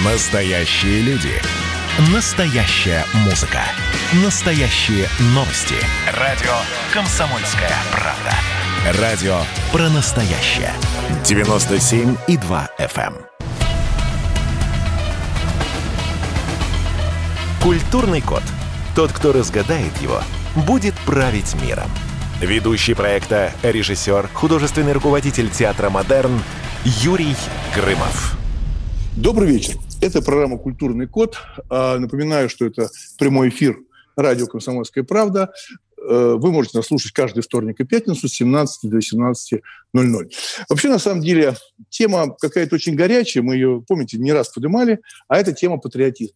Настоящие люди. Настоящая музыка. Настоящие новости. Радио «Комсомольская правда». Радио про настоящее. 97,2 FM. Культурный код. Тот, кто разгадает его, будет править миром. Ведущий проекта, режиссер, художественный руководитель театра «Модерн» Юрий Грымов. Добрый вечер. Это программа «Культурный код». Напоминаю, что это прямой эфир радио «Комсомольская правда». Вы можете нас слушать каждый вторник и пятницу с 17 до 18:00. Вообще, на самом деле, тема какая-то очень горячая. Мы ее, помните, не раз поднимали. А это тема патриотизма.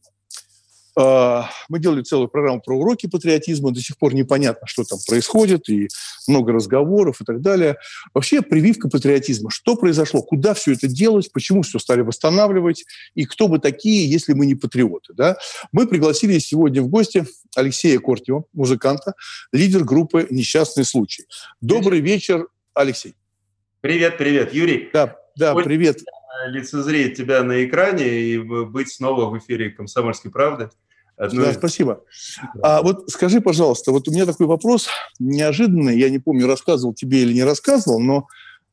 Мы делали целую программу про уроки патриотизма. До сих пор непонятно, что там происходит, и много разговоров и так далее. Вообще прививка патриотизма. Что произошло? Куда все это делать? Почему все стали восстанавливать? И кто мы такие, если мы не патриоты? Да? Мы пригласили сегодня в гости Алексея Кортнева, музыканта, лидер группы «Несчастный случай». Добрый вечер, Алексей. Привет, Юрий. Да, привет. Лицезреть тебя на экране и быть снова в эфире «Комсомольской правды». Да, спасибо. Вот скажи, пожалуйста, вот у меня такой вопрос неожиданный. Я не помню, рассказывал тебе или не рассказывал, но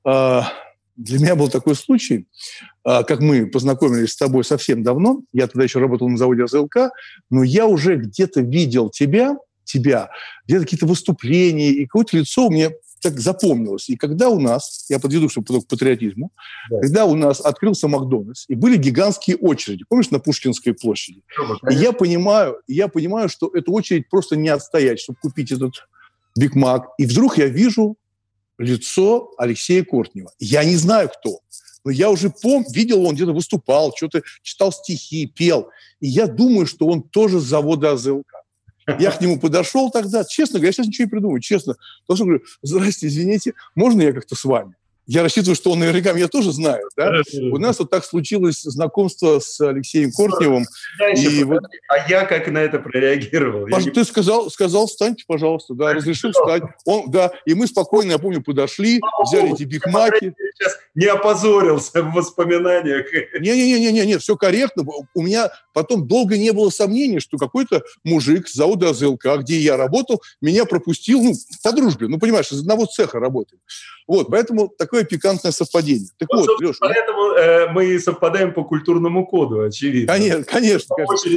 для меня был такой случай, как мы познакомились с тобой совсем давно. Я тогда еще работал на заводе АЗЛК, но я уже где-то видел тебя, где-то какие-то выступления, и какое-то лицо мне так запомнилось. И когда у нас, я подведу, чтобы потом к патриотизму, да. Когда у нас открылся Макдональдс, и были гигантские очереди, помнишь, на Пушкинской площади? И я понимаю, что эту очередь просто не отстоять, чтобы купить этот Биг Мак. И вдруг я вижу лицо Алексея Кортнева. Я не знаю, кто. Но я уже видел, он где-то выступал, что-то читал стихи, пел. И я думаю, что он тоже с завода АЗЛК. Я к нему подошел тогда, честно говоря, я сейчас ничего не придумаю, честно. Потому что говорю: здрасте, извините, можно я как-то с вами? Я рассчитываю, что он наверняка меня тоже знает. Да? У нас вот так случилось знакомство с Алексеем Кортневым. А я как на это прореагировал? Ты сказал, встаньте, пожалуйста, да, разрешил встать. И мы спокойно, я помню, подошли, взяли эти бигмаки. Сейчас не опозорился в воспоминаниях. Не, все корректно. У меня потом долго не было сомнений, что какой-то мужик с завода АЗЛК, где я работал, меня пропустил, по дружбе, понимаешь, из одного цеха работаем. Вот, поэтому такое пикантное совпадение. Так вот, Леш, поэтому мы совпадаем по культурному коду, очевидно. Конечно.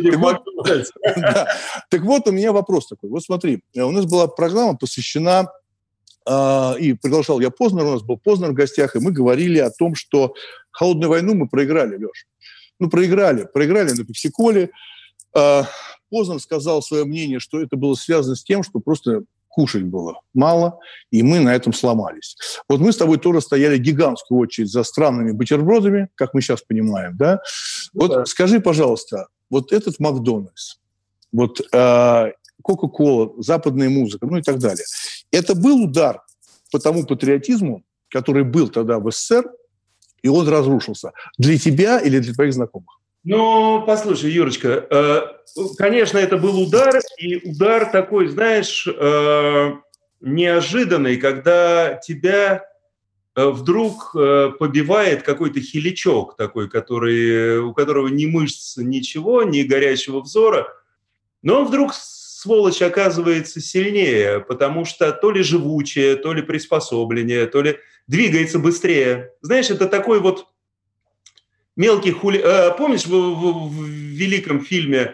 Так вот, у меня вопрос такой. Вот смотри, у нас была программа посвящена, и приглашал я Познера, у нас был Познер в гостях, и мы говорили о том, что холодную войну мы проиграли, Леш. Проиграли на Пепси-коле. Познер сказал свое мнение, что это было связано с тем, что просто кушать было мало, и мы на этом сломались. Вот мы с тобой тоже стояли гигантскую очередь за странными бутербродами, как мы сейчас понимаем, да? Вот скажи, пожалуйста, вот этот Макдональдс, вот Кока-кола, западная музыка, и так далее. Это был удар по тому патриотизму, который был тогда в СССР, и он разрушился. Для тебя или для твоих знакомых? Послушай, Юрочка, конечно, это был удар, и удар такой, знаешь, неожиданный, когда тебя вдруг побивает какой-то хилячок такой, у которого ни мышц, ничего, ни горящего взора, но он вдруг, сволочь, оказывается сильнее, потому что то ли живучее, то ли приспособление, то ли двигается быстрее. Знаешь, это такой вот мелкий Помнишь, в великом фильме,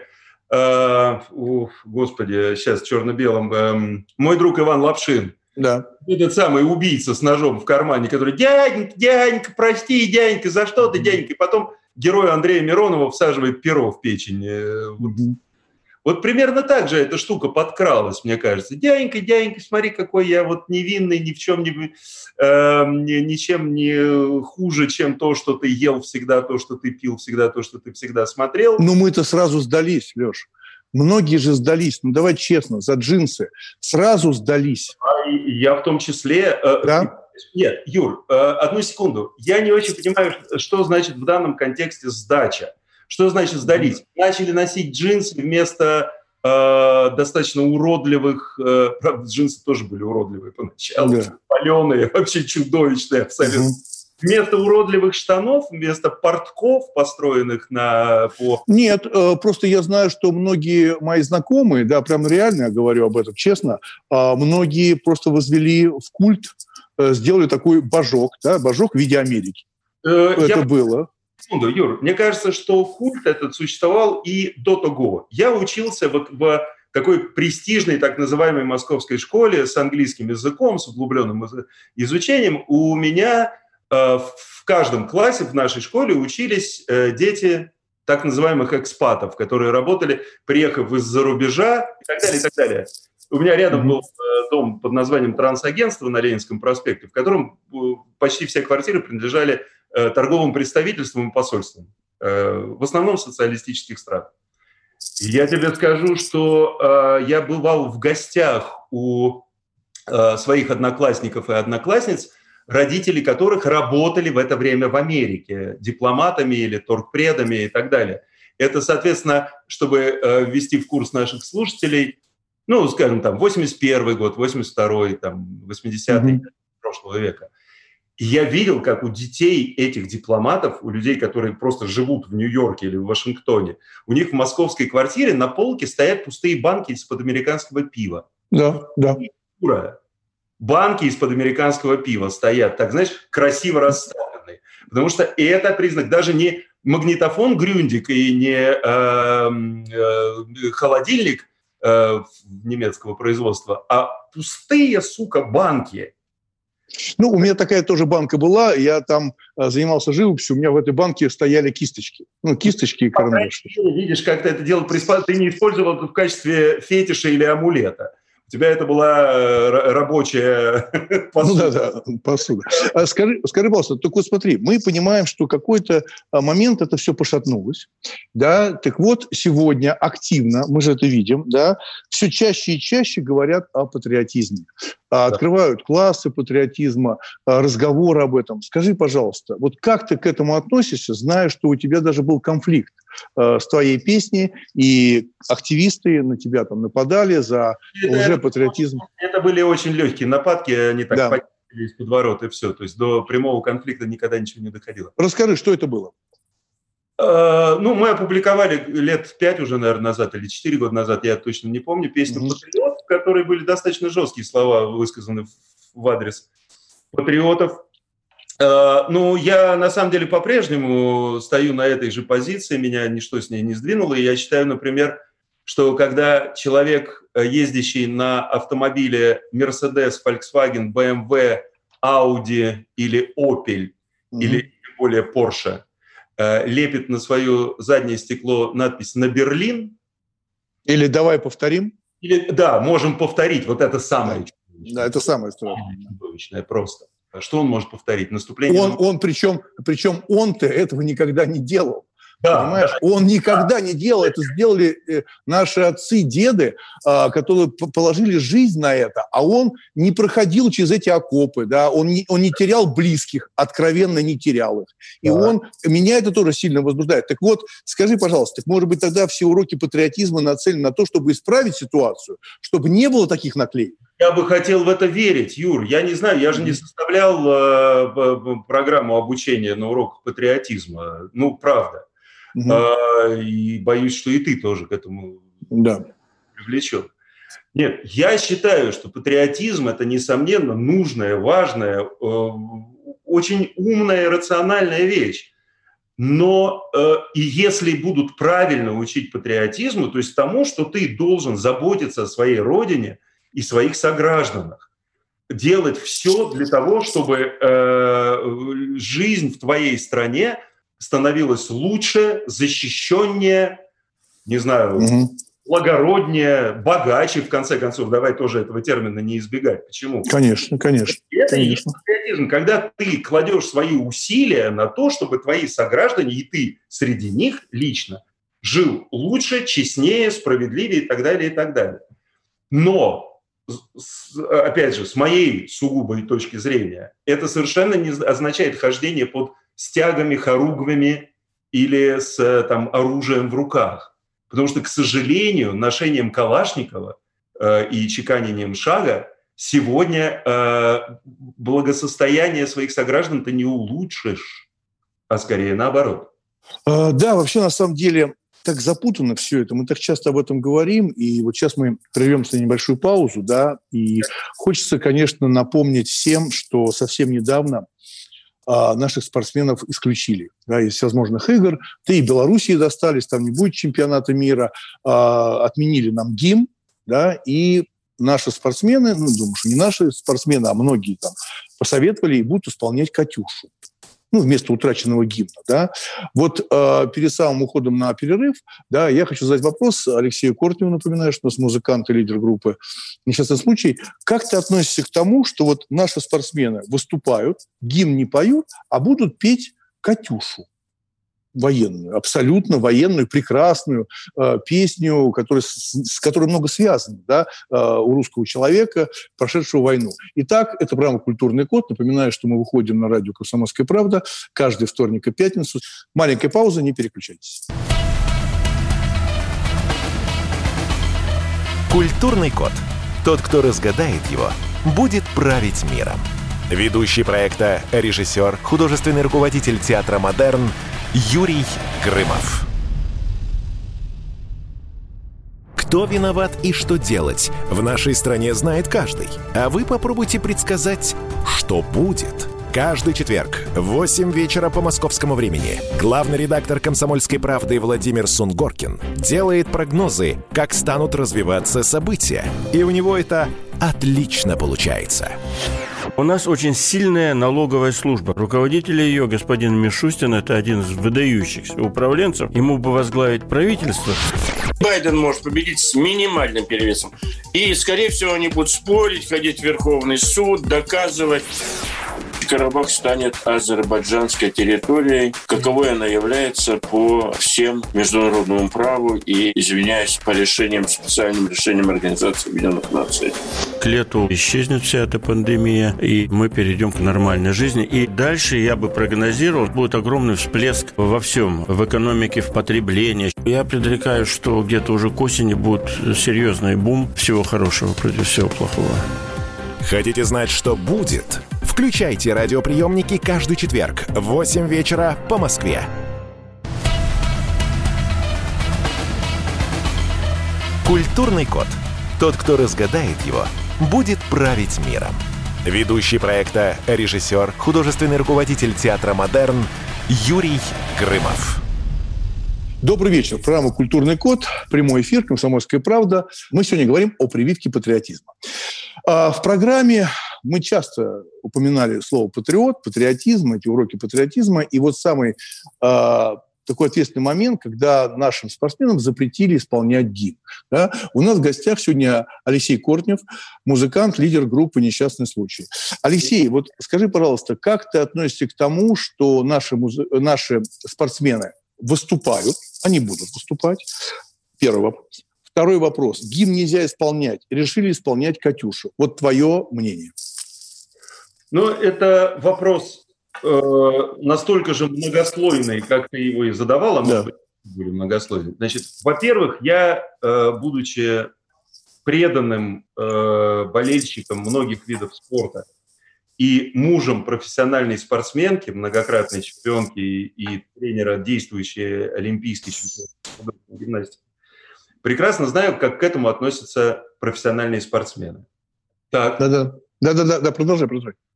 господи, сейчас черно-белом, «Мой друг Иван Лапшин»? Да. Этот самый убийца с ножом в кармане, который: дяденька, прости, дяденька, за что ты, дяденька? И потом герою Андрея Миронова всаживает перо в печень. Вот примерно так же эта штука подкралась, мне кажется. Дяденька, смотри, какой я вот невинный, ни в чем ничем не хуже, чем то, что ты ел всегда, то, что ты пил всегда, то, что ты всегда смотрел. Мы-то сразу сдались, Леш. Многие же сдались, давай честно, за джинсы. Сразу сдались. Я в том числе. Да? Нет, Юр, одну секунду. Я не очень понимаю, что значит в данном контексте сдача. Что значит сдались? Начали носить джинсы вместо достаточно уродливых... Правда, джинсы тоже были уродливые поначалу. Да. Паленые, вообще чудовищные абсолютно. Вместо уродливых штанов, вместо портков, построенных Нет, просто я знаю, что многие мои знакомые, да, прям реально я говорю об этом честно, многие просто возвели в культ, сделали такой божок, да, божок в виде Америки. Это было. Секунду, Юр, мне кажется, что культ этот существовал и до того. Я учился вот в такой престижной так называемой московской школе с английским языком, с углубленным изучением. У меня в каждом классе в нашей школе учились дети так называемых экспатов, которые работали, приехав из-за рубежа и так далее, и так далее. У меня рядом был дом под названием «Трансагентство» на Ленинском проспекте, в котором почти все квартиры принадлежали торговым представительствам и посольствам, в основном социалистических стран. И я тебе скажу, что я бывал в гостях у своих одноклассников и одноклассниц, родители которых работали в это время в Америке дипломатами или торгпредами и так далее. Это, соответственно, чтобы ввести в курс наших слушателей, ну, скажем, там, 81 год, 82-й, там, 80-й прошлого века. И я видел, как у детей этих дипломатов, у людей, которые просто живут в Нью-Йорке или в Вашингтоне, у них в московской квартире на полке стоят пустые банки из-под американского пива. Да, да. Банки из-под американского пива стоят, так, знаешь, красиво расставленные. Потому что это признак даже не магнитофон Грюндик и не холодильник немецкого производства, а пустые, сука, банки. Ну, у меня такая тоже банка была, я там занимался живописью, у меня в этой банке стояли кисточки. Ну, кисточки и карандаши. Видишь, как ты это делал, ты не использовал это в качестве фетиша или амулета. У тебя это была рабочая посуда. Ну да, посуда. Скажи, пожалуйста, только вот смотри, мы понимаем, что какой-то момент это все пошатнулось, да, так вот сегодня активно, мы же это видим, да, все чаще и чаще говорят о патриотизме. Открывают классы патриотизма, разговоры об этом. Скажи, пожалуйста, вот как ты к этому относишься, зная, что у тебя даже был конфликт с твоей песней, и активисты на тебя там нападали за лжепатриотизм? Это были очень легкие нападки, они так поднялись из-под ворот, и все. То есть до прямого конфликта никогда ничего не доходило. Расскажи, что это было? Ну, мы опубликовали лет 5 уже, наверное, назад, или 4 года назад, я точно не помню, песню «Патриот», в которой были достаточно жесткие слова высказаны в адрес патриотов. Ну, я на самом деле по-прежнему стою на этой же позиции, меня ничто с ней не сдвинуло, и я считаю, например, что когда человек, ездящий на автомобиле Mercedes, Volkswagen, BMW, Audi или Opel, или тем более Porsche, лепит на свое заднее стекло надпись «На Берлин». Или «Давай повторим». Или, да, можем повторить. Вот это самое. Да, это самое чудовищное просто. Что он может повторить? Наступление... Причем он-то этого никогда не делал. Да, понимаешь? Да. Он никогда не делал. Это сделали наши отцы, деды, которые положили жизнь на это. А он не проходил через эти окопы. Да? Он не терял близких, откровенно не терял их. И меня это тоже сильно возбуждает. Так вот, скажи, пожалуйста, может быть, тогда все уроки патриотизма нацелены на то, чтобы исправить ситуацию, чтобы не было таких наклеек? Я бы хотел в это верить, Юр. Я не знаю, я же не составлял программу обучения на уроках патриотизма. Ну, правда. И боюсь, что и ты тоже к этому привлечен. Нет, я считаю, что патриотизм – это, несомненно, нужная, важная, очень умная, рациональная вещь. Но и если будут правильно учить патриотизму, то есть тому, что ты должен заботиться о своей родине и своих согражданах, делать все для того, чтобы жизнь в твоей стране становилась лучше, защищеннее, не знаю, благороднее, богаче, в конце концов. Давай тоже этого термина не избегать. Почему? Конечно. Это и есть патриотизм. Когда ты кладешь свои усилия на то, чтобы твои сограждане, и ты среди них лично, жил лучше, честнее, справедливее и так далее, и так далее. Но, опять же, с моей сугубой точки зрения, это совершенно не означает хождение под стягами, хоругвями или с оружием в руках. Потому что, к сожалению, ношением Калашникова и чеканением шага сегодня благосостояние своих сограждан ты не улучшишь, а скорее наоборот. Да, вообще на самом деле так запутано все это. Мы так часто об этом говорим, и вот сейчас мы прервемся на небольшую паузу, да, и хочется, конечно, напомнить всем, что совсем недавно наших спортсменов исключили, да, из всевозможных игр. Да и Белоруссии достались, там не будет чемпионата мира, отменили нам гимн, да, и наши спортсмены, ну, думаю, что не наши спортсмены, а многие там посоветовали и будут исполнять «Катюшу». Ну, вместо утраченного гимна, да. Вот перед самым уходом на перерыв, да, я хочу задать вопрос Алексею Кортневу, напоминаю, что у нас музыкант и лидер группы «Несчастный случай». Как ты относишься к тому, что вот наши спортсмены выступают, гимн не поют, а будут петь «Катюшу» военную, абсолютно военную, прекрасную песню, с которой много связано, да, у русского человека, прошедшего войну. Итак, это программа «Культурный код». Напоминаю, что мы выходим на радио «Комсомольская правда» каждый вторник и пятницу. Маленькая пауза, не переключайтесь. Культурный код. Тот, кто разгадает его, будет править миром. Ведущий проекта, режиссер, художественный руководитель театра «Модерн» Юрий Грымов. Кто виноват и что делать, в нашей стране знает каждый. А вы попробуйте предсказать, что будет. Каждый четверг в 8 вечера по московскому времени главный редактор «Комсомольской правды» Владимир Сунгоркин делает прогнозы, как станут развиваться события. И у него это отлично получается. У нас очень сильная налоговая служба. Руководитель ее, господин Мишустин, это один из выдающихся управленцев. Ему бы возглавить правительство. Байден может победить с минимальным перевесом. И, скорее всего, они будут спорить, ходить в Верховный суд, доказывать. Карабах станет азербайджанской территорией, каковой она является по всем международному праву и, извиняюсь, по специальным решениям Организации Объединенных Наций. К лету исчезнет вся эта пандемия, и мы перейдем к нормальной жизни. И дальше, я бы прогнозировал, будет огромный всплеск во всем, в экономике, в потреблении. Я предрекаю, что где-то уже к осени будет серьезный бум всего хорошего против всего плохого. Хотите знать, что будет? Включайте радиоприемники каждый четверг в 8 вечера по Москве. Культурный код. Тот, кто разгадает его, будет править миром. Ведущий проекта, режиссер, художественный руководитель театра «Модерн» Юрий Грымов. Добрый вечер. Программа «Культурный код», прямой эфир, «Комсомольская правда». Мы сегодня говорим о прививке патриотизма. В программе мы часто упоминали слово «патриот», «патриотизм», эти уроки патриотизма. И вот самый такой ответственный момент, когда нашим спортсменам запретили исполнять гимн. Да? У нас в гостях сегодня Алексей Кортнев, музыкант, лидер группы «Несчастный случай». Алексей, вот скажи, пожалуйста, как ты относишься к тому, что наши спортсмены выступают, они будут выступать? Первый вопрос. Второй вопрос. Гимн нельзя исполнять. Решили исполнять «Катюшу». Вот твое мнение. Ну, это вопрос настолько же многослойный, как ты его и задавал, а может быть, более многослойный. Значит, во-первых, я, будучи преданным болельщиком многих видов спорта и мужем профессиональной спортсменки, многократной чемпионки и тренера, действующей олимпийской чемпионки по гимнастике, прекрасно знаю, как к этому относятся профессиональные спортсмены. Так. Да, продолжай.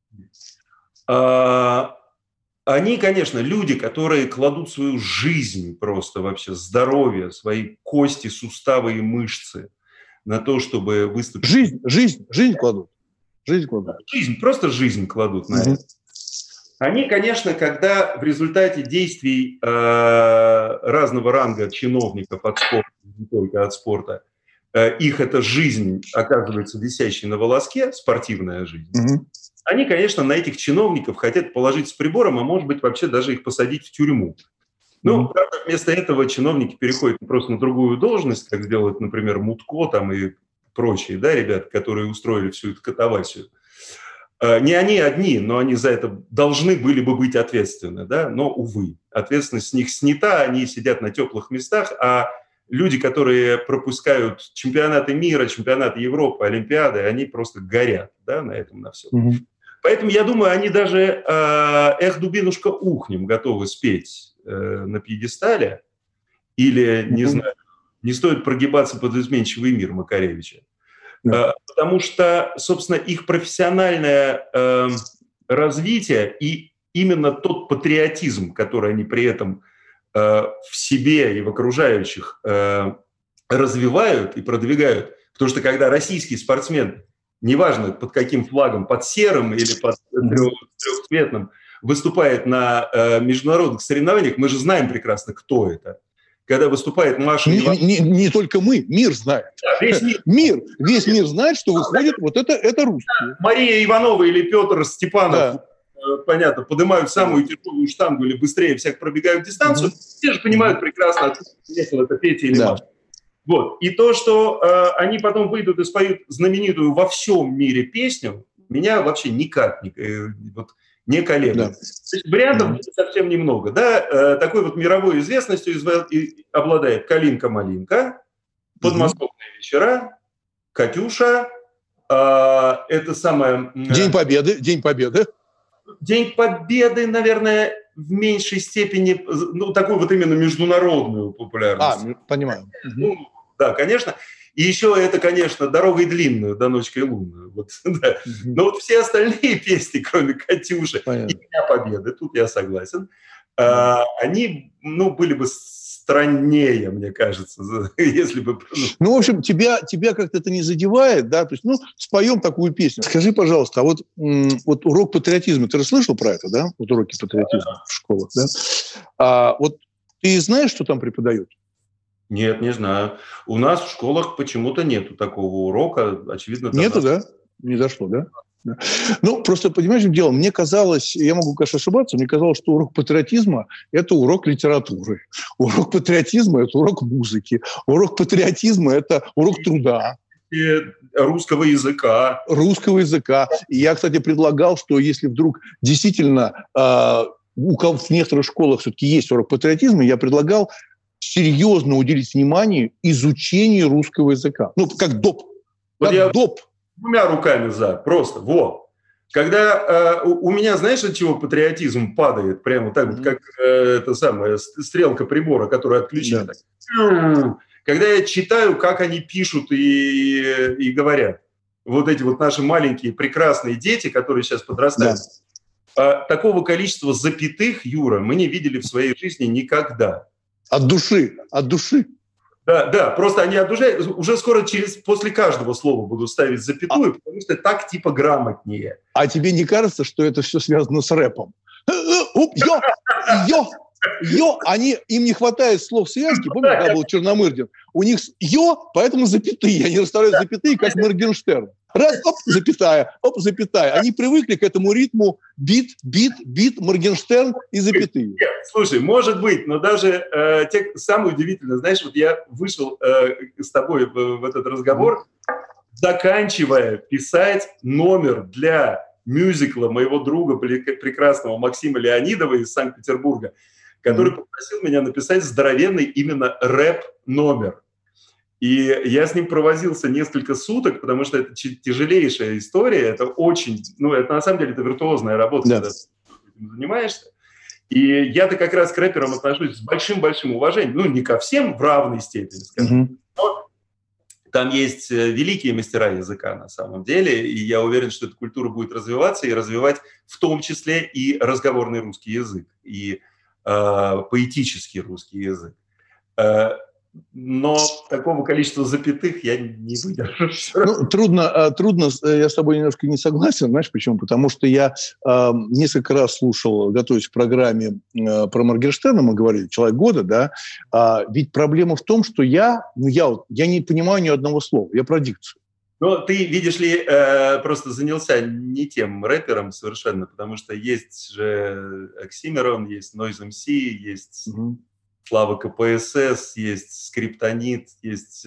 Они, конечно, люди, которые кладут свою жизнь, просто вообще здоровье, свои кости, суставы и мышцы на то, чтобы выступить. Жизнь кладут. Просто жизнь кладут на это. Они, конечно, когда в результате действий разного ранга чиновников от спорта, не только от спорта, их эта жизнь оказывается висящей на волоске, спортивная жизнь, они, конечно, на этих чиновников хотят положить с прибором, а может быть, вообще даже их посадить в тюрьму. Ну, правда, вместо этого чиновники переходят просто на другую должность, как делают, например, Мутко там и прочие, да, ребята, которые устроили всю эту катавасию. Не они одни, но они за это должны были бы быть ответственны, да, но, увы, ответственность с них снята, они сидят на теплых местах, а люди, которые пропускают чемпионаты мира, чемпионаты Европы, Олимпиады, они просто горят, да, на этом, на всем. Mm-hmm. Поэтому я думаю, они даже «Эх, дубинушка, ухнем» готовы спеть на пьедестале. Или, не знаю, не стоит прогибаться под изменчивый мир Макаревича. Потому что, собственно, их профессиональное развитие и именно тот патриотизм, который они при этом в себе и в окружающих развивают и продвигают. Потому что когда российский спортсмен, неважно под каким флагом, под серым или под трехцветным, выступает на международных соревнованиях, мы же знаем прекрасно, кто это. Когда выступает Маша... Не только мы, мир знает. Да, весь мир знает, что выходит вот это русские. Мария Иванова или Петр Степанов, понятно, поднимают самую тяжелую штангу или быстрее всех пробегают дистанцию, все же понимают прекрасно, откуда это Петя или Маша. Вот. И то, что они потом выйдут и споют знаменитую во всем мире песню, меня вообще никак не колеблет. Вариантов совсем немного. Да? Такой вот мировой известностью обладает «Калинка-малинка», «Подмосковные вечера», «Катюша», это самое... День Победы. День Победы, наверное, в меньшей степени, такую вот именно международную популярность. Понимаю. Да, конечно. И еще это, конечно, «Дорогой длинную, да ночкой лунную». Вот, да. Но вот все остальные песни, кроме «Катюши» и «Дня Победы», тут я согласен, они, были бы страннее, мне кажется, если бы... в общем, тебя как-то это не задевает, да? То есть, споем такую песню. Скажи, пожалуйста, а вот урок патриотизма, ты расслышал про это, да? Вот уроки патриотизма в школах, да? Вот ты знаешь, что там преподают? Нет, не знаю. У нас в школах почему-то нету такого урока, очевидно. Нету, да? Не дошло, да? Просто, понимаешь, дело, мне казалось, я могу, конечно, ошибаться, мне казалось, что урок патриотизма – это урок литературы. Урок патриотизма – это урок музыки. Урок патриотизма – это урок труда. И русского языка. И я, кстати, предлагал, что если вдруг действительно в некоторых школах все-таки есть урок патриотизма, я предлагал серьезно уделить внимание изучению русского языка. Как доп. Доп. Двумя руками за, просто, Когда у меня, знаешь, от чего патриотизм падает, прямо так вот, как стрелка прибора, которая отключена. Да. Когда я читаю, как они пишут и говорят. Вот эти вот наши маленькие прекрасные дети, которые сейчас подрастают. Да. Такого количества запятых, Юра, мы не видели в своей жизни никогда. От души. Да, просто они от души. Уже скоро после каждого слова буду ставить запятую, потому что так типа грамотнее. А тебе не кажется, что это все связано с рэпом? Им не хватает слов связки. Помнишь, когда был Черномырдин? У них поэтому запятые. Они расставляют запятые, как Моргенштерн. Раз, запятая. Они привыкли к этому ритму бит, Моргенштерн и запятые. Нет, слушай, может быть, но даже самое удивительное, знаешь, вот я вышел с тобой в этот разговор, заканчивая писать номер для мюзикла моего друга прекрасного Максима Леонидова из Санкт-Петербурга, который попросил меня написать здоровенный именно рэп-номер. И я с ним провозился несколько суток, потому что это тяжелейшая история, это очень, это на самом деле это виртуозная работа, когда ты этим занимаешься. И я-то как раз к рэперам отношусь с большим-большим уважением, не ко всем в равной степени, скажем, но там есть великие мастера языка на самом деле, и я уверен, что эта культура будет развиваться и развивать в том числе и разговорный русский язык, и поэтический русский язык. Но такого количества запятых я не выдержу. Трудно, я с тобой немножко не согласен. Знаешь почему? Потому что я несколько раз слушал, готовясь к программе про Моргенштерна, мы говорили, «Человек года», да, ведь проблема в том, что я не понимаю ни одного слова, я про дикцию. Ты, видишь ли, просто занялся не тем рэпером совершенно, потому что есть же Оксимирон, есть Noise MC, есть... Слава КПСС, есть Скриптонит, есть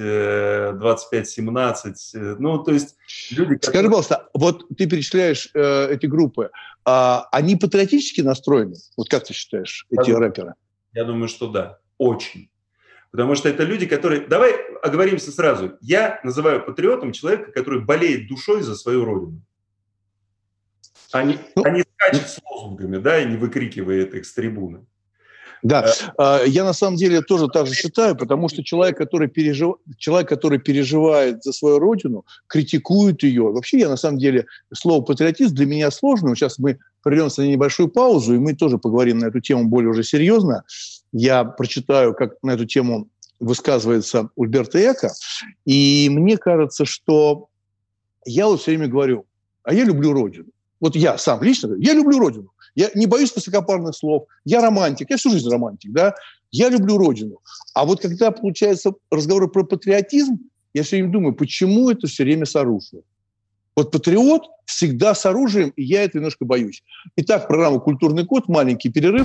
2517. То есть люди... Скажи, пожалуйста, вот ты перечисляешь эти группы, они патриотически настроены? Вот как ты считаешь, эти рэперы? Я думаю, что да, очень. Потому что это люди, которые... Давай оговоримся сразу. Я называю патриотом человека, который болеет душой за свою родину. Они скачут с лозунгами, да, и не выкрикивает их с трибуны. Да, я на самом деле тоже так же считаю, потому что человек, который переживает за свою родину, критикует ее. Вообще, я на самом деле, слово «патриотизм» для меня сложно. Сейчас мы прервемся на небольшую паузу, и мы тоже поговорим на эту тему более уже серьезно. Я прочитаю, как на эту тему высказывается Ульберто Эко. И мне кажется, что я вот все время говорю, а я люблю родину. Вот я сам лично говорю, я люблю родину. Я не боюсь высокопарных слов. Я романтик. Я всю жизнь романтик, да. Я люблю родину. А вот когда получается разговоры про патриотизм, я все время думаю, почему это все время с оружием? Вот патриот всегда с оружием, и я это немножко боюсь. Итак, программа «Культурный код», маленький перерыв.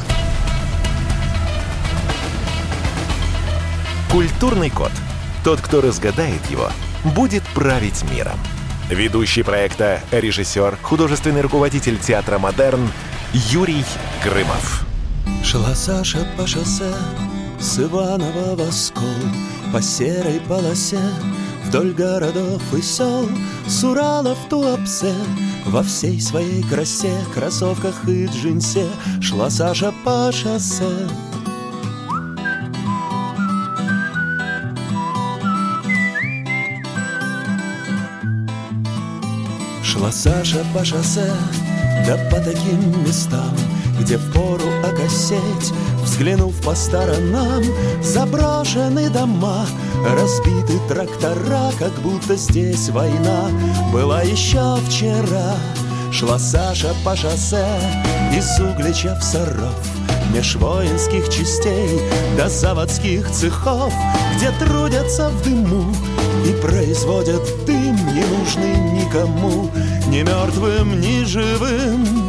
Культурный код. Тот, кто разгадает его, будет править миром. Ведущий проекта, режиссер, художественный руководитель театра «Модерн» Юрий Грымов. Шла Саша по шоссе с Иванова в Оскол, по серой полосе вдоль городов и сел, с Урала в Туапсе во всей своей красе, кроссовках и джинсе шла Саша по шоссе. Шла Саша по шоссе, да по таким местам, где впору окосеть, взглянув по сторонам, заброшены дома, разбиты трактора, как будто здесь война была еще вчера. Шла Саша по шоссе из Углича в Саров, меж воинских частей до заводских цехов, где трудятся в дыму и производят дым, не нужный никому, ни мертвым, ни живым.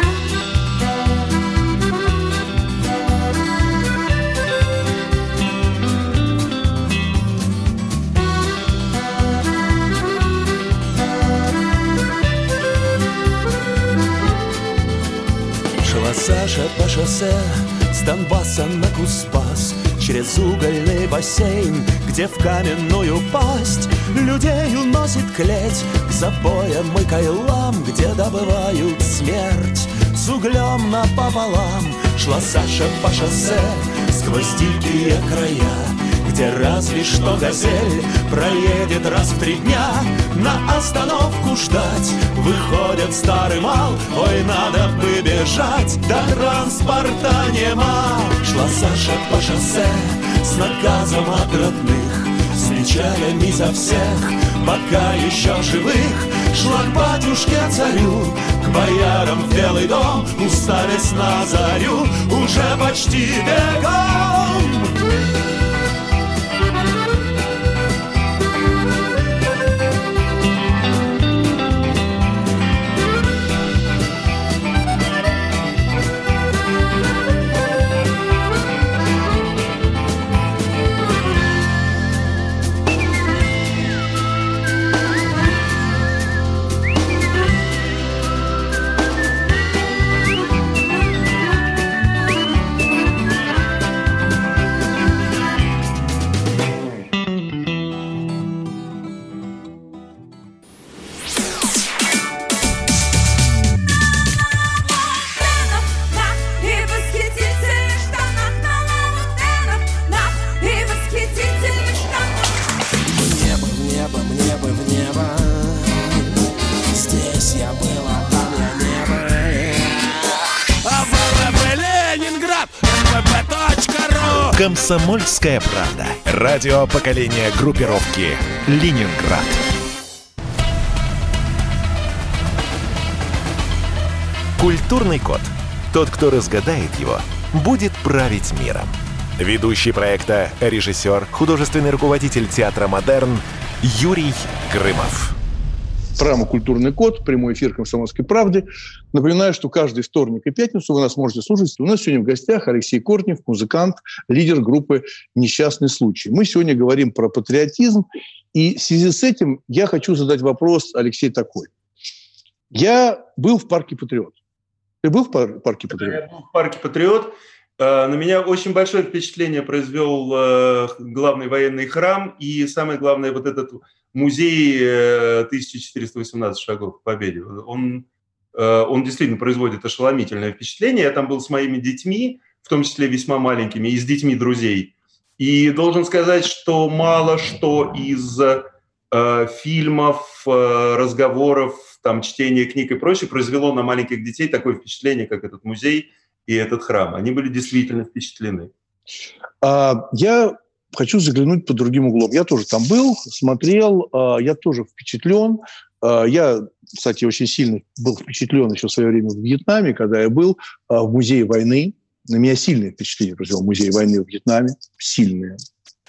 Шла Саша по шоссе с Донбасса на Куспас, через угольный бассейн, где в каменную пасть людей уносит клеть к забоям и кайлам, где добывают смерть с углем напополам. Шла Саша по шоссе сквозь дикие края, где разве что газель проедет раз в 3 дня. На остановку ждать выходит старый мал, ой, надо бы бежать, да транспорта нема. Шла Саша по шоссе с наказом от родных, с печалями за всех, пока еще живых. Шла к батюшке-царю, к боярам в Белый дом, уставясь на зарю, уже почти бегом. «Комсомольская правда». Радио поколения группировки «Ленинград». Культурный код. Тот, кто разгадает его, будет править миром. Ведущий проекта, режиссер, художественный руководитель театра «Модерн» Юрий Грымов. Программа «Культурный код», прямой эфир «Комсомольской правды». Напоминаю, что каждый вторник и пятницу вы нас можете слушать. У нас сегодня в гостях Алексей Кортнев, музыкант, лидер группы «Несчастный случай». Мы сегодня говорим про патриотизм. И в связи с этим я хочу задать вопрос, Алексей, такой. Я был в парке «Патриот». Ты был в парке «Патриот»? Я был в парке «Патриот». На меня очень большое впечатление произвел главный военный храм и, самое главное, вот этот музей 1418 шагов к победе. Он действительно производит ошеломительное впечатление. Я там был с моими детьми, в том числе весьма маленькими, и с детьми друзей. И должен сказать, что мало что из фильмов, разговоров, там, чтения книг и прочее произвело на маленьких детей такое впечатление, как этот музей и этот храм. Они были действительно впечатлены. Я хочу заглянуть под другим углом. Я тоже там был, смотрел, я тоже впечатлен. Я, кстати, очень сильно был впечатлен еще в свое время в Вьетнаме, когда я был в музее войны. На меня сильное впечатление произвел музей войны в Вьетнаме. Сильное.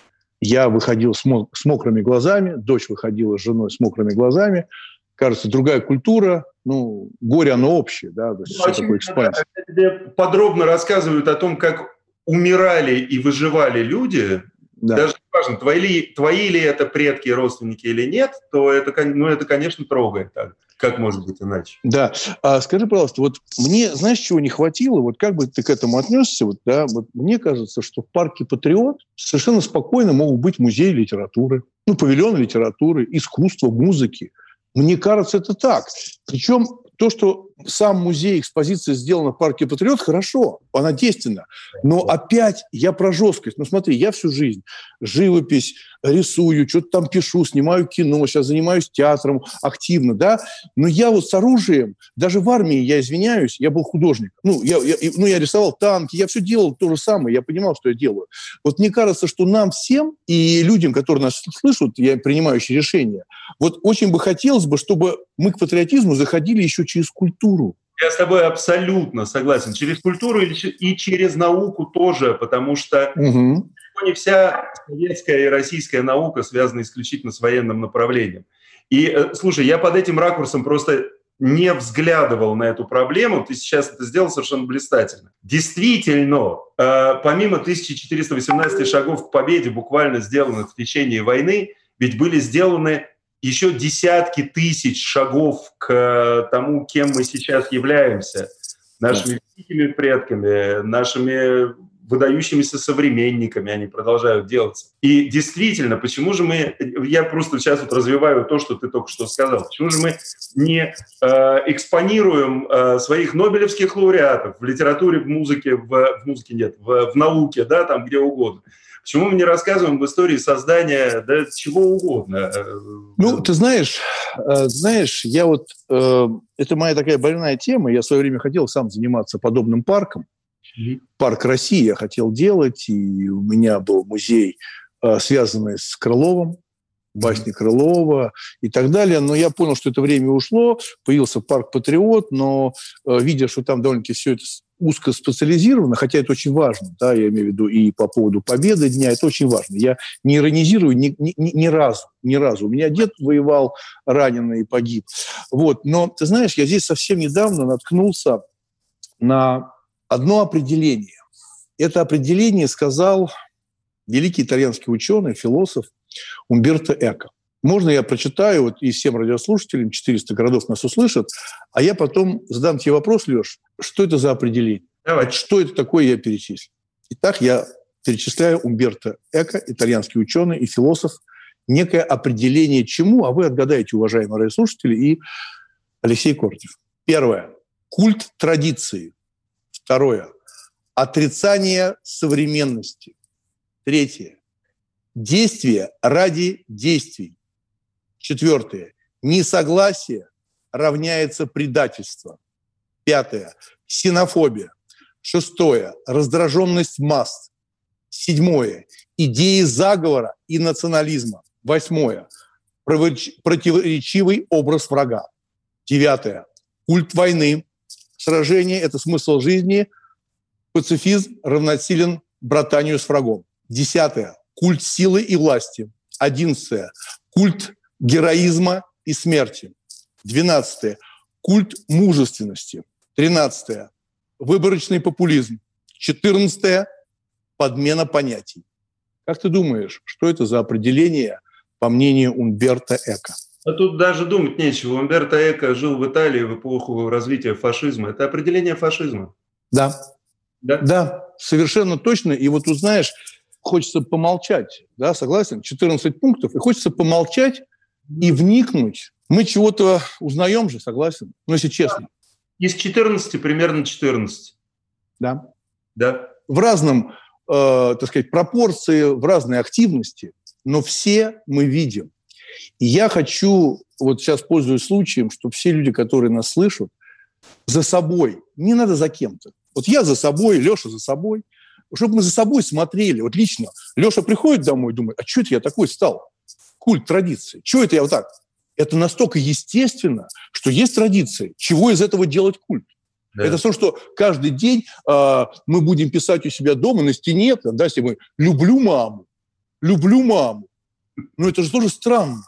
Я выходил с мокрыми глазами, дочь выходила с женой с мокрыми глазами. Кажется, другая культура, горе оно общее, да, то есть все такое экспансия. Тебе подробно рассказывают о том, как умирали и выживали люди, да. Даже не важно, твои ли это предки, родственники или нет, то это, конечно, трогает так. Как может быть иначе? Да. Скажи, пожалуйста, вот мне, знаешь, чего не хватило? Вот как бы ты к этому отнесся? Вот мне кажется, что в парке «Патриот» совершенно спокойно могут быть музеи литературы, павильоны литературы, искусства, музыки. Мне кажется, это так. Причем то, что сам музей, экспозиция сделана в парке «Патриот», хорошо, она действенна. Но опять я про жесткость. Смотри, я всю жизнь живопись, рисую, что-то там пишу, снимаю кино, сейчас занимаюсь театром активно, да. Но я вот с оружием, даже в армии, я извиняюсь, я был художник. Я рисовал танки, я все делал то же самое, я понимал, что я делаю. Вот мне кажется, что нам всем и людям, которые нас слышат, принимающие решения, вот очень бы хотелось бы, чтобы мы к патриотизму заходили еще через культуру. Я с тобой абсолютно согласен. Через культуру и через науку тоже, потому что не вся советская и российская наука связана исключительно с военным направлением. И, слушай, я под этим ракурсом просто не взглядывал на эту проблему. Ты сейчас это сделал совершенно блистательно. Действительно, помимо 1418 шагов к победе, буквально сделанных в течение войны, ведь были сделаны еще десятки тысяч шагов к тому, кем мы сейчас являемся. Нашими великими предками, нашими выдающимися современниками они продолжают делаться. И действительно, почему же я просто сейчас вот развиваю то, что ты только что сказал, почему же мы не экспонируем своих нобелевских лауреатов в литературе, в музыке, в науке, да, там где угодно? Почему мы не рассказываем об истории создания чего угодно? Ты знаешь, я вот... это моя такая больная тема. Я в свое время хотел сам заниматься подобным парком. Парк России я хотел делать, и у меня был музей, связанный с Крыловым, басни Крылова и так далее. Но я понял, что это время ушло, появился парк «Патриот», но видя, что там довольно-таки все это узко специализировано, хотя это очень важно, да, я имею в виду и по поводу победы дня, это очень важно. Я не иронизирую ни разу. У меня дед воевал раненый и погиб. Вот. Но, ты знаешь, я здесь совсем недавно наткнулся на одно определение. Это определение сказал великий итальянский ученый, философ Умберто Эко. Можно я прочитаю, и всем радиослушателям, 400 городов нас услышат, а я потом задам тебе вопрос, Леш, что это за определение? Давай. Что это такое, я перечислю. Итак, я перечисляю Умберто Эко, итальянский ученый и философ, некое определение чему, а вы отгадаете, уважаемые радиослушатели, и Алексей Кортев. Первое. Культ традиции. Второе. Отрицание современности. Третье. Действие ради действий. Четвертое. Несогласие равняется предательство. Пятое. Ксенофобия. Шестое. Раздраженность масс. Седьмое. Идеи заговора и национализма. Восьмое. Противоречивый образ врага. Девятое. Культ войны. Сражение – это смысл жизни. Пацифизм равносилен братанию с врагом. Десятое. Культ силы и власти. 11. Культ героизма и смерти. 12. Культ мужественности. 13. Выборочный популизм. 14. Подмена понятий. Как ты думаешь, что это за определение, по мнению Умберто Эко? А тут даже думать нечего. Умберто Эко жил в Италии в эпоху развития фашизма. Это определение фашизма. Да. совершенно точно. И вот тут, знаешь, хочется помолчать, да, согласен? 14 пунктов, и хочется помолчать и вникнуть. Мы чего-то узнаем же, согласен? Ну, если честно. Из 14 примерно 14. Да. Да. В разном, так сказать, пропорции, в разной активности, но все мы видим. И я хочу, вот сейчас пользуюсь случаем, чтобы все люди, которые нас слышат, за собой, не надо за кем-то. Вот я за собой, Леша за собой, чтобы мы за собой смотрели. Вот лично Леша приходит домой и думает, а что это я такой стал? Культ традиции. Чего это я вот так? Это настолько естественно, что есть традиции. Чего из этого делать культ? Да. Это то, что каждый день мы будем писать у себя дома на стене, да, если мы «люблю маму». Ну, это же тоже странно.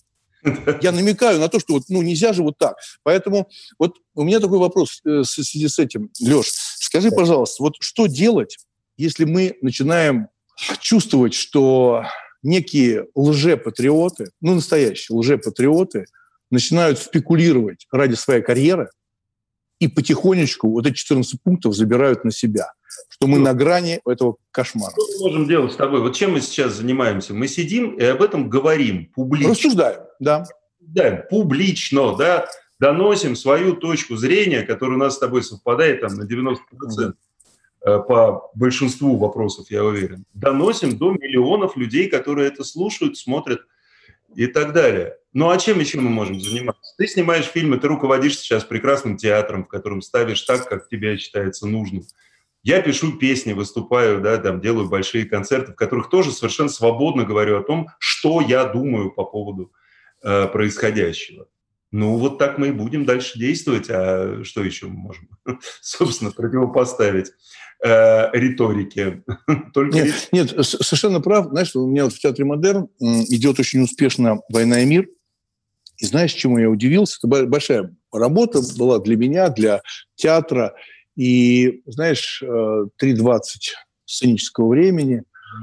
Я намекаю на то, что вот, ну, нельзя же вот так. Поэтому вот у меня такой вопрос в связи с этим. Леш, скажи, пожалуйста, вот что делать, если мы начинаем чувствовать, что некие лжепатриоты, ну, настоящие лжепатриоты, начинают спекулировать ради своей карьеры и потихонечку вот эти 14 пунктов забирают на себя, что мы на грани этого кошмара. Что мы можем делать с тобой? Вот чем мы сейчас занимаемся? Мы сидим и об этом говорим публично. Рассуждаем, да. Да, публично, да, доносим свою точку зрения, которая у нас с тобой совпадает там, на 90%. По большинству вопросов, я уверен. Доносим до миллионов людей, которые это слушают, смотрят и так далее. Ну а чем еще мы можем заниматься? Ты снимаешь фильмы, ты руководишь сейчас прекрасным театром, в котором ставишь так, как тебе считается нужным. Я пишу песни, выступаю, да, там, делаю большие концерты, в которых тоже совершенно свободно говорю о том, что я думаю по поводу происходящего. Ну, вот так мы и будем дальше действовать. А что еще мы можем, собственно, противопоставить риторике? Нет, совершенно прав. Знаешь, у меня вот в Театре Модерн идет очень успешно «Война и мир». И знаешь, чему я удивился? Это большая работа была для меня, для театра. И, знаешь, 3:20 сценического времени,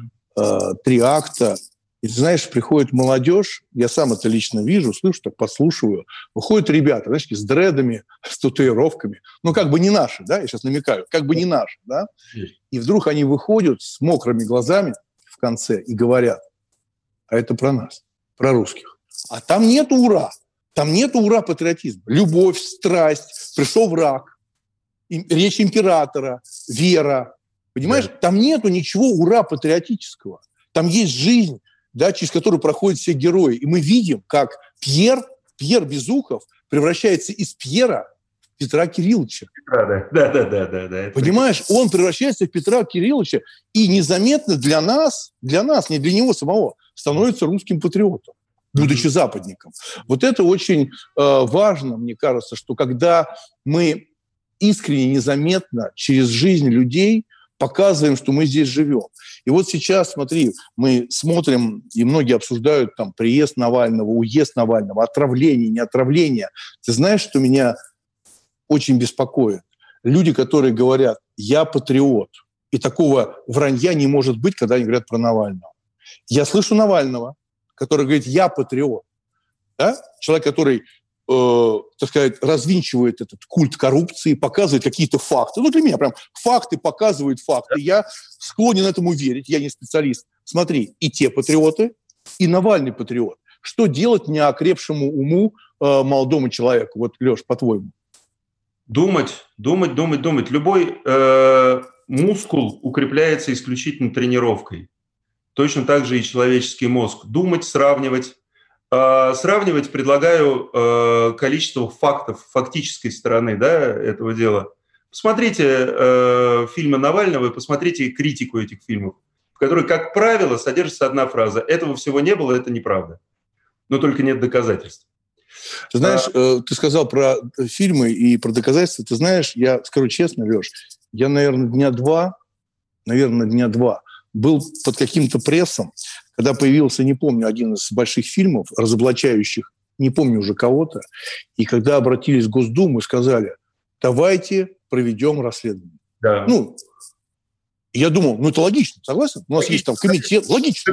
3 акта. И, ты знаешь, приходит молодежь, я сам это лично вижу, слышу, так подслушиваю. Выходят ребята, знаешь, с дредами, с татуировками. Ну, как бы не наши, да, я сейчас намекаю, как бы не наши, да. И вдруг они выходят с мокрыми глазами в конце и говорят, а это про нас, про русских. А там нету ура, там нету ура патриотизма. Любовь, страсть, пришел враг, речь императора, вера. Понимаешь, там нету ничего ура патриотического. Там есть жизнь, да, через которую проходят все герои. И мы видим, как Пьер Безухов превращается из Пьера в Петра Кирилловича. Да. Понимаешь, он превращается в Петра Кирилловича и незаметно для нас, не для него самого, становится русским патриотом, будучи западником. Вот это очень важно, мне кажется, что когда мы искренне, незаметно через жизнь людей показываем, что мы здесь живем. И вот сейчас, смотри, мы смотрим, и многие обсуждают там приезд Навального, уезд Навального, отравление, не отравление. Ты знаешь, что меня очень беспокоит? Люди, которые говорят, я патриот. И такого вранья не может быть, когда они говорят про Навального. Я слышу Навального, который говорит, я патриот. Да? Человек, который так сказать, развинчивает этот культ коррупции, показывает какие-то факты. Ну, для меня прям факты показывают факты. Я склонен этому верить, я не специалист. Смотри, и те патриоты, и Навальный патриот. Что делать неокрепшему уму молодому человеку? Вот, Леш, по-твоему. Думать. Любой мускул укрепляется исключительно тренировкой. Точно так же и человеческий мозг. Думать, сравнивать. Сравнивать предлагаю количество фактов, фактической стороны, да, этого дела. Посмотрите фильмы Навального и посмотрите критику этих фильмов, в которой, как правило, содержится одна фраза. Этого всего не было, это неправда. Но только нет доказательств. Ты знаешь, ты сказал про фильмы и про доказательства. Ты знаешь, я скажу честно, Леш, я, наверное, дня два был под каким-то прессом, когда появился, не помню, один из больших фильмов, разоблачающих, не помню уже кого-то, и когда обратились в Госдуму и сказали, давайте проведем расследование. Да. Ну, я думал, ну это логично, согласен? У нас есть там комитет, логично.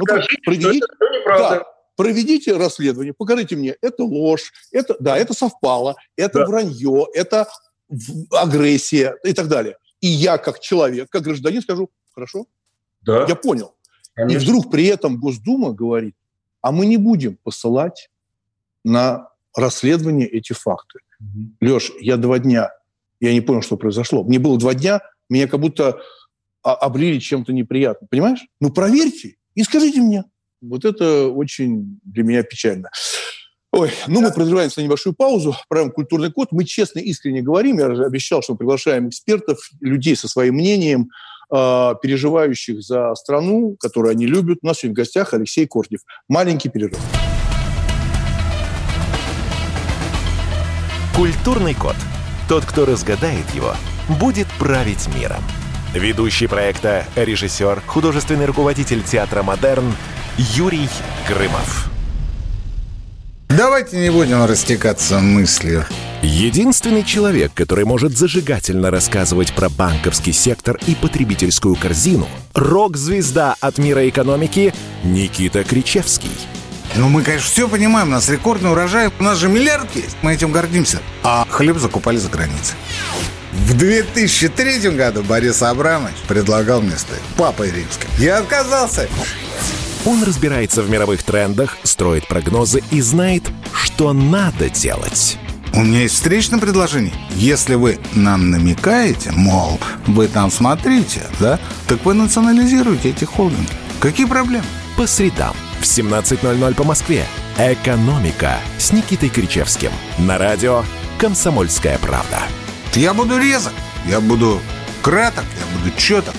Проведите расследование, покажите мне, это ложь, это совпало, это вранье, это агрессия и так далее. И я, как человек, как гражданин, скажу, хорошо, Да. я понял. Конечно. И вдруг при этом Госдума говорит, а мы не будем посылать на расследование эти факты. Леш, я 2 дня, я не понял, что произошло. Мне было 2 дня, меня как будто облили чем-то неприятным. Понимаешь? Ну, проверьте и скажите мне. Вот это очень для меня печально. Ой, ну мы прерываемся на небольшую паузу. Программа «Культурный код». Мы честно, искренне говорим. Я же обещал, что мы приглашаем экспертов, людей со своим мнением, переживающих за страну, которую они любят. У нас сегодня в гостях Алексей Кортнев. Маленький перерыв. Культурный код. Тот, кто разгадает его, будет править миром. Ведущий проекта, режиссер, художественный руководитель театра «Модерн» Юрий Грымов. Давайте не будем растекаться мыслью. Единственный человек, который может зажигательно рассказывать про банковский сектор и потребительскую корзину, рок-звезда от мира экономики Никита Кричевский. Ну, мы, конечно, все понимаем, у нас рекордный урожай, у нас же миллиард есть, мы этим гордимся. А хлеб закупали за границей. В 2003 году Борис Абрамович предлагал мне стать папой римским. Я отказался. Он разбирается в мировых трендах, строит прогнозы и знает, что надо делать. У меня есть встречное предложение. Если вы нам намекаете, мол, вы там смотрите, да, так вы национализируете эти холдинги. Какие проблемы? По средам в 17:00 по Москве. «Экономика» с Никитой Кричевским. На радио «Комсомольская правда». Я буду резок, я буду краток, я буду чёток.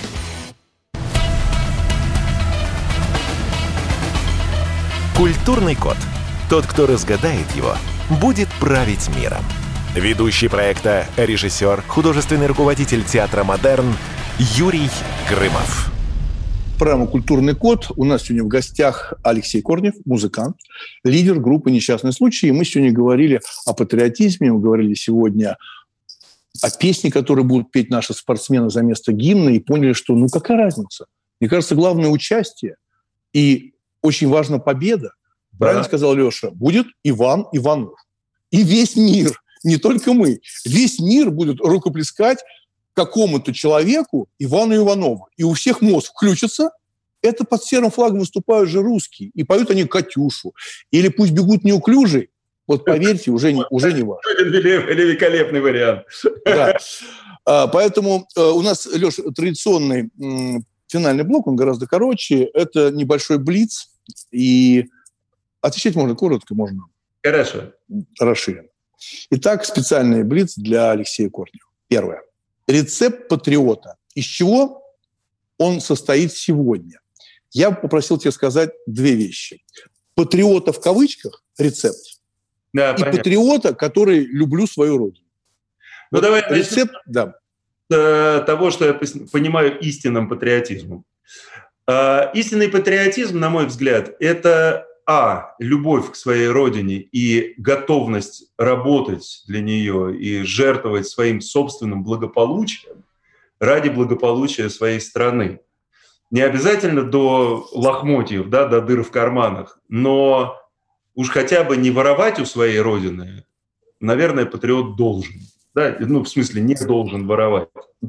Культурный код. Тот, кто разгадает его, будет править миром. Ведущий проекта, режиссер, художественный руководитель театра «Модерн» Юрий Грымов. Программа «Культурный код». У нас сегодня в гостях Алексей Кортнев, музыкант, лидер группы «Несчастный случай». И мы сегодня говорили о патриотизме, мы говорили сегодня о песне, которые будут петь наши спортсмены за место гимна, и поняли, что ну какая разница? Мне кажется, главное участие и очень важна победа. Да. Правильно сказал Леша, будет Иван Иванов. И весь мир, не только мы, весь мир будет рукоплескать какому-то человеку, Ивану Иванову. И у всех мозг включится. Это под серым флагом выступают же русские. И поют они «Катюшу». Или «Пусть бегут неуклюжие». Вот поверьте, уже не важно. Великолепный вариант. Да. Поэтому у нас, Леш, традиционный финальный блок, он гораздо короче. Это небольшой блиц. И отвечать можно коротко, можно расширенно. Итак, специальный блиц для Алексея Кортнева. Первое. Рецепт патриота. Из чего он состоит сегодня? Я попросил тебя сказать 2 вещи. Патриота в кавычках, рецепт, да, и понятно. Патриота, который люблю свою родину. Ну, вот давай рецепт, да. Того, что я понимаю истинным патриотизмом. Истинный патриотизм, на мой взгляд, это любовь к своей родине и готовность работать для нее и жертвовать своим собственным благополучием ради благополучия своей страны. Не обязательно до лохмотьев, да, до дыр в карманах, но уж хотя бы не воровать у своей родины, наверное, патриот должен. Да? Ну, в смысле, не должен воровать.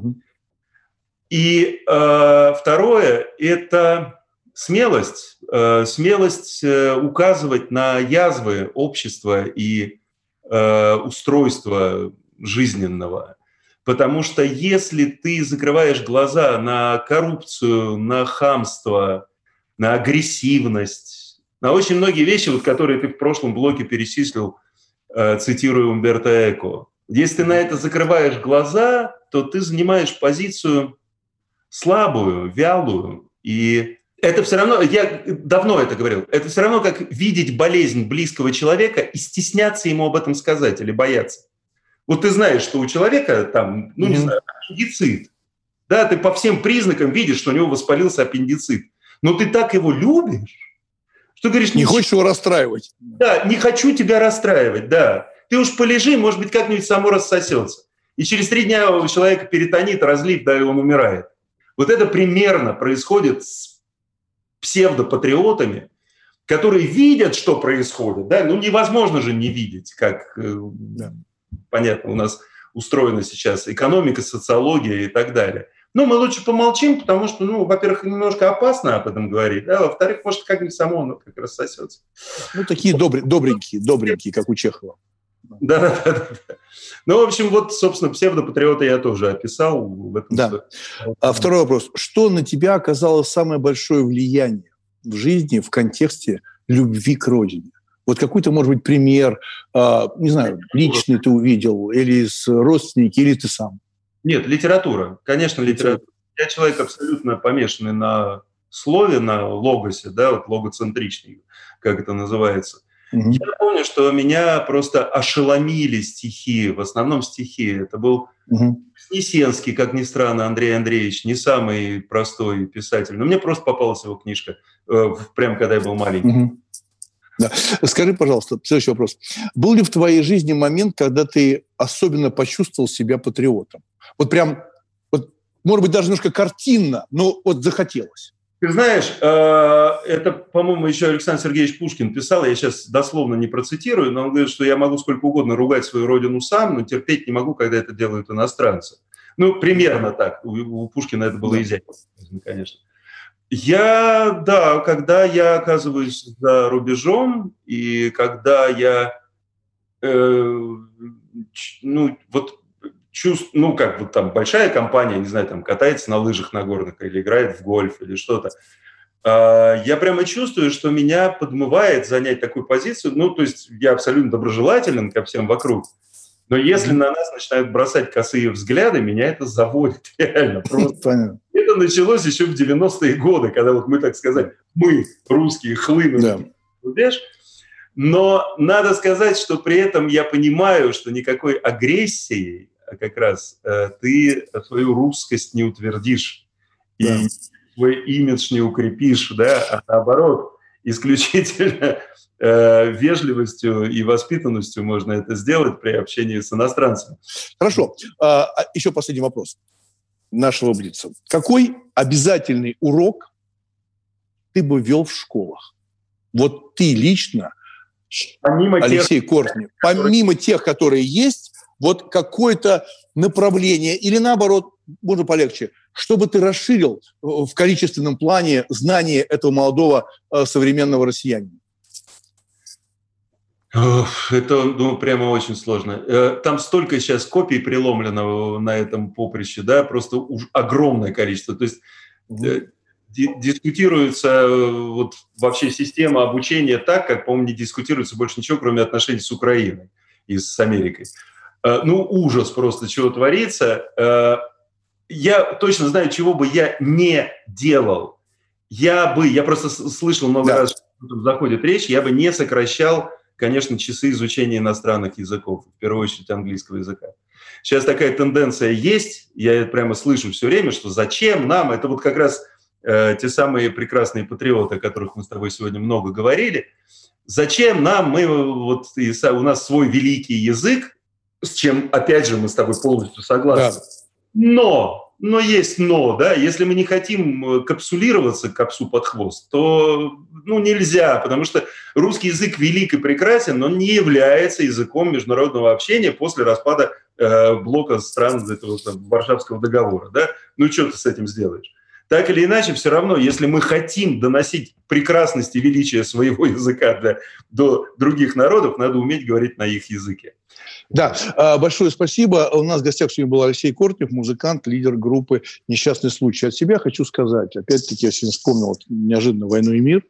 И второе – это смелость. Смелость указывать на язвы общества и устройства жизненного. Потому что если ты закрываешь глаза на коррупцию, на хамство, на агрессивность, на очень многие вещи, вот, которые ты в прошлом блоке перечислил, цитируя Умберто Эко, если ты на это закрываешь глаза, то ты занимаешь позицию слабую, вялую. И это все равно, я давно это говорил, это все равно как видеть болезнь близкого человека и стесняться ему об этом сказать или бояться. Вот ты знаешь, что у человека там, не знаю, аппендицит. Да, ты по всем признакам видишь, что у него воспалился аппендицит. Но ты так его любишь, что говоришь... Не хочешь его расстраивать. Да, не хочу тебя расстраивать, да. Ты уж полежи, может быть, как-нибудь само рассосется. И через 3 дня у человека перитонит, разлив, да, и он умирает. Вот это примерно происходит с псевдопатриотами, которые видят, что происходит. Да? Ну, невозможно же не видеть, как... Понятно, у нас устроена сейчас экономика, социология и так далее. Ну, мы лучше помолчим, потому что, ну, во-первых, немножко опасно об этом говорить, да, во-вторых, может, как-нибудь само оно как раз сосется. Ну, такие добренькие, как у Чехова. Да. Ну, в общем, вот, собственно, псевдопатриота я тоже описал. В этом. Да. А второй вопрос. Что на тебя оказало самое большое влияние в жизни в контексте любви к родине? Вот какой-то, может быть, пример, не знаю, личный ты увидел, или с родственники, или ты сам? Нет, литература. Конечно, литература. Я человек абсолютно помешанный на слове, на логосе, да, вот логоцентричный, как это называется. Я помню, что меня просто ошеломили стихи, в основном стихи. Это был Вознесенский, как ни странно, Андрей Андреевич, не самый простой писатель, но мне просто попалась его книжка, прямо когда я был маленький. Да. Скажи, пожалуйста, следующий вопрос. Был ли в твоей жизни момент, когда ты особенно почувствовал себя патриотом? Вот прям, вот, может быть, даже немножко картинно, но вот захотелось. Ты знаешь, это, по-моему, еще Александр Сергеевич Пушкин писал, я сейчас дословно не процитирую, но он говорит, что я могу сколько угодно ругать свою родину сам, но терпеть не могу, когда это делают иностранцы. Ну, примерно так. У Пушкина это было изящно, конечно. Когда я оказываюсь за рубежом, и когда я, как вот там большая компания, не знаю, там катается на лыжах нагорных или играет в гольф или что-то, я прямо чувствую, что меня подмывает занять такую позицию. Ну, то есть я абсолютно доброжелателен ко всем вокруг, но если на нас начинают бросать косые взгляды, меня это заводит реально. Просто. Это началось еще в 90-е годы, когда вот мы, так сказать, мы, русские, хлынули в рубеж. Но надо сказать, что при этом я понимаю, что никакой агрессией как раз ты свою русскость не утвердишь и свой имидж не укрепишь, да, а наоборот, исключительно вежливостью и воспитанностью можно это сделать при общении с иностранцами. Хорошо. Еще последний вопрос нашего блица. Какой обязательный урок ты бы вел в школах? Вот ты лично, помимо Алексей Кортнев, помимо тех, которые есть, вот какое-то направление или наоборот, можно полегче, чтобы ты расширил в количественном плане знания этого молодого современного россиянина? Это, прямо очень сложно. Там столько сейчас копий переломлено на этом поприще, да, просто уж огромное количество. То есть дискутируется вот вообще система обучения так, как, по-моему, не дискутируется больше ничего, кроме отношений с Украиной и с Америкой. Ужас просто, чего творится. Я точно знаю, чего бы я не делал. Я просто слышал много раз, что заходит речь, я бы не сокращал, конечно, часы изучения иностранных языков, в первую очередь английского языка. Сейчас такая тенденция есть, я это прямо слышу все время, что зачем нам, это вот как раз те самые прекрасные патриоты, о которых мы с тобой сегодня много говорили, зачем нам, у нас свой великий язык, с чем, опять же, мы с тобой полностью согласны. Да. Но есть но, да, если мы не хотим капсулироваться к капсу под хвост, то, нельзя, потому что русский язык велик и прекрасен, но не является языком международного общения после распада блока стран этого Варшавского договора, да, что ты с этим сделаешь? Так или иначе, все равно, если мы хотим доносить прекрасность и величие своего языка до других народов, надо уметь говорить на их языке. Да, большое спасибо. У нас в гостях сегодня был Алексей Кортнев, музыкант, лидер группы «Несчастный случай». От себя хочу сказать, опять-таки, я сегодня вспомнил неожиданно «Войну и мир».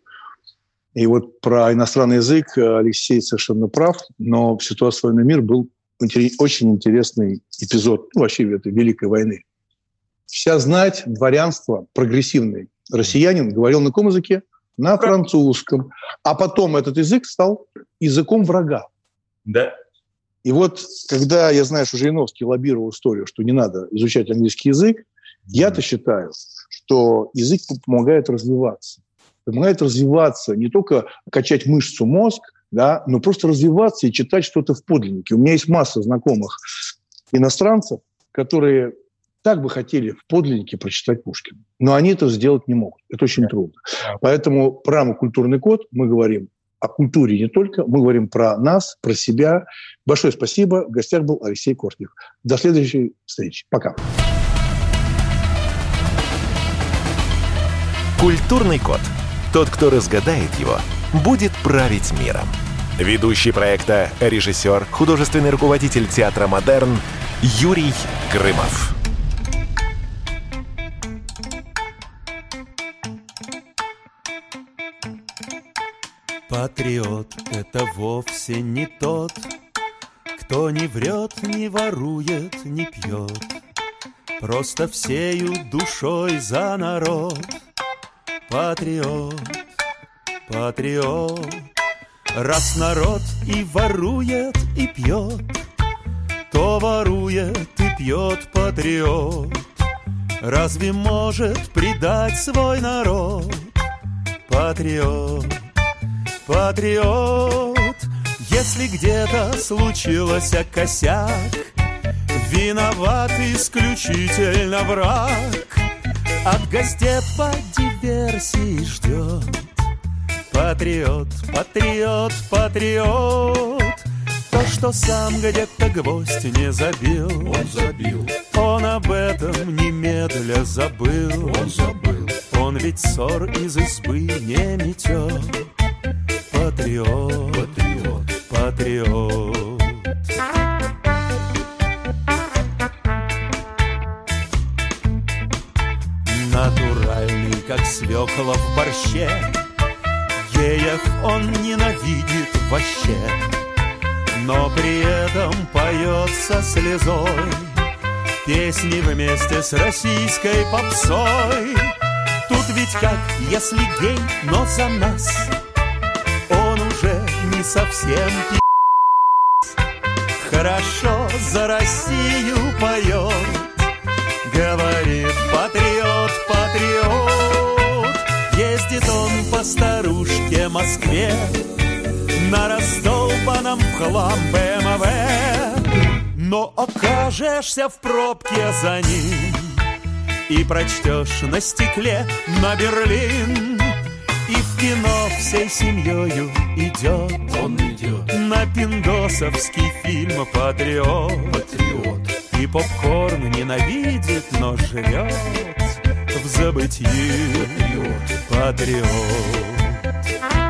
И вот про иностранный язык Алексей совершенно прав, но в ситуации «Войны и мир» был очень интересный эпизод вообще этой Великой войны. Вся знать, дворянство, прогрессивный россиянин говорил на каком языке? На французском. А потом этот язык стал языком врага. Да. И вот, когда, я знаю, что Жириновский лоббировал историю, что не надо изучать английский язык, я-то считаю, что язык помогает развиваться. Помогает развиваться, не только качать мышцу мозг, да, но просто развиваться и читать что-то в подлиннике. У меня есть масса знакомых иностранцев, которые так бы хотели в подлиннике прочитать Пушкина. Но они этого сделать не могут. Это очень трудно. Поэтому программа «Культурный код» мы говорим о культуре не только. Мы говорим про нас, про себя. Большое спасибо. В гостях был Алексей Кортнев. До следующей встречи. Пока. Культурный код. Тот, кто разгадает его, будет править миром. Ведущий проекта, режиссер, художественный руководитель театра «Модерн» Юрий Грымов. Патриот — это вовсе не тот, кто не врет, не ворует, не пьет, просто всею душой за народ. Патриот, патриот. Раз народ и ворует, и пьет, то ворует и пьет патриот. Разве может предать свой народ? Патриот, патриот. Если где-то случился косяк, виноват исключительно враг. От гостей по диверсии ждет. Патриот, патриот, патриот. То, что сам где-то гвоздь не забил, он забил. Он об этом немедля забыл, он забыл. Он ведь ссор из избы не метет. Патриот, патриот, патриот. Натуральный, как свекла в борще, геев он ненавидит вообще, но при этом поет со слезой песни вместе с российской попсой. Тут ведь как, если гей, но за нас, он уже не совсем пи***ц. Хорошо за Россию поет, говорит патриот, патриот. Ездит он по старушке Москве на раздолбанном в хлам БМВ, но окажешься в пробке за ним и прочтешь на стекле на Берлин. И в кино всей семьёю идет, он идет на пиндосовский фильм «Патриот». Патриот. И попкорн ненавидит, но живет в забытии. Патриот. Патриот.